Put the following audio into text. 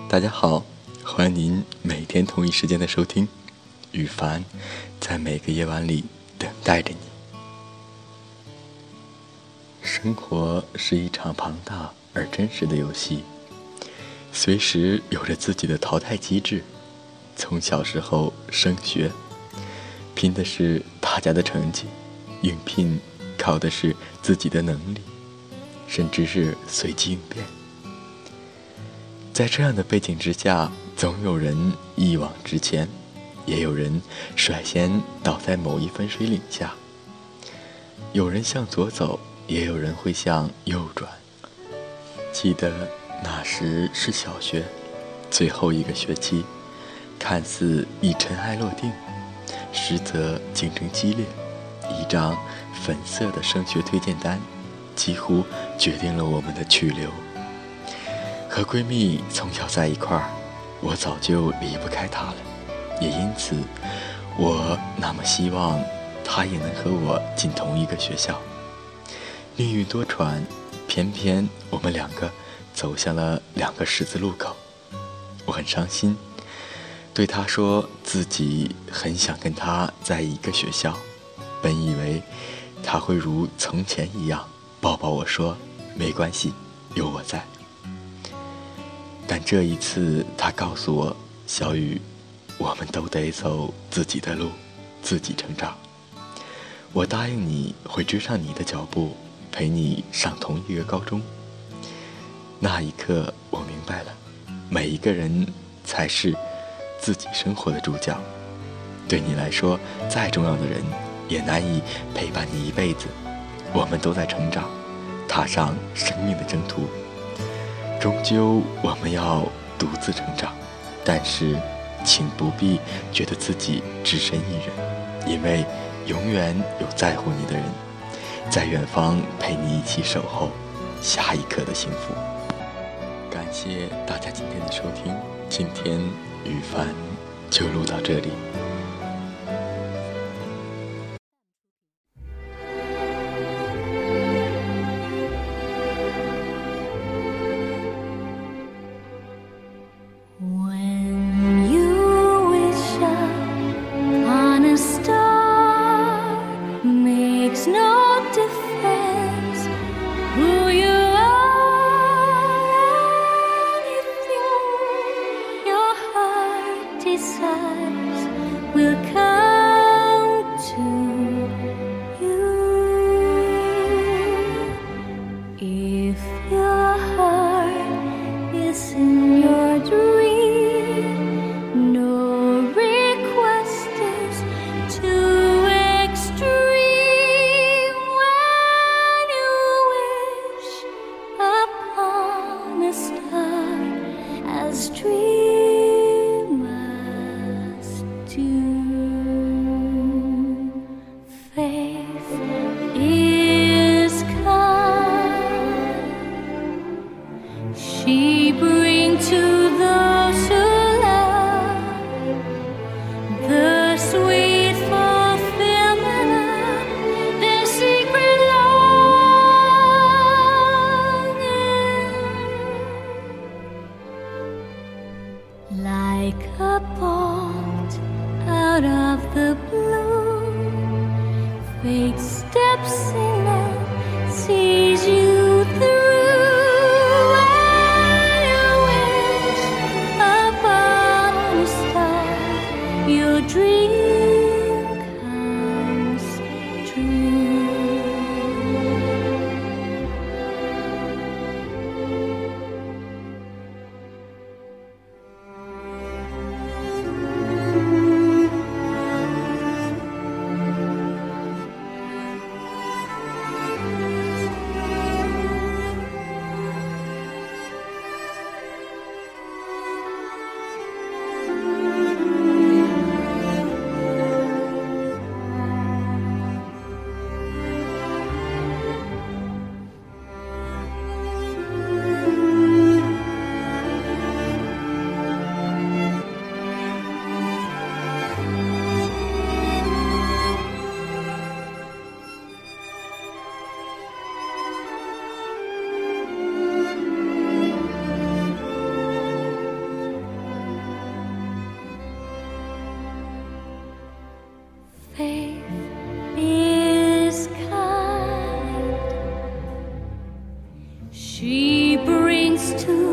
大家好，欢迎您每天同一时间的收听，羽凡在每个夜晚里等待着你。生活是一场庞大而真实的游戏，随时有着自己的淘汰机制。从小时候升学，拼的是大家的成绩，应聘靠的是自己的能力，甚至是随机应变。在这样的背景之下，总有人一往直前，也有人率先倒在某一分水岭下。有人向左走，也有人会向右转。记得那时是小学最后一个学期，看似已尘埃落定，实则竞争激烈。一张粉色的升学推荐单几乎决定了我们的去留。和闺蜜从小在一块儿，我早就离不开她了，也因此我那么希望她也能和我进同一个学校。命运多舛，偏偏我们两个走向了两个十字路口。我很伤心，对她说自己很想跟她在一个学校，本以为她会如从前一样抱抱我说没关系，有我在。但这一次她告诉我，小雨，我们都得走自己的路，自己成长。我答应你会追上你的脚步，陪你上同一个高中。那一刻我明白了，每一个人才是自己生活的主角。对你来说再重要的人也难以陪伴你一辈子。我们都在成长，踏上生命的征途，终究我们要独自成长。但是请不必觉得自己只身一人，因为永远有在乎你的人在远方陪你一起守候下一刻的幸福。感谢大家今天的收听，今天羽凡就录到这里。 Will come to you if your heart is in your dream. No request is too extreme when you wish upon a star as dreamers do. Faith is kind. She brings to those who love the sweet fulfillment of their secret longing. Like a bolt out of the blue, fate steps in and sees you through. When you wish She brings to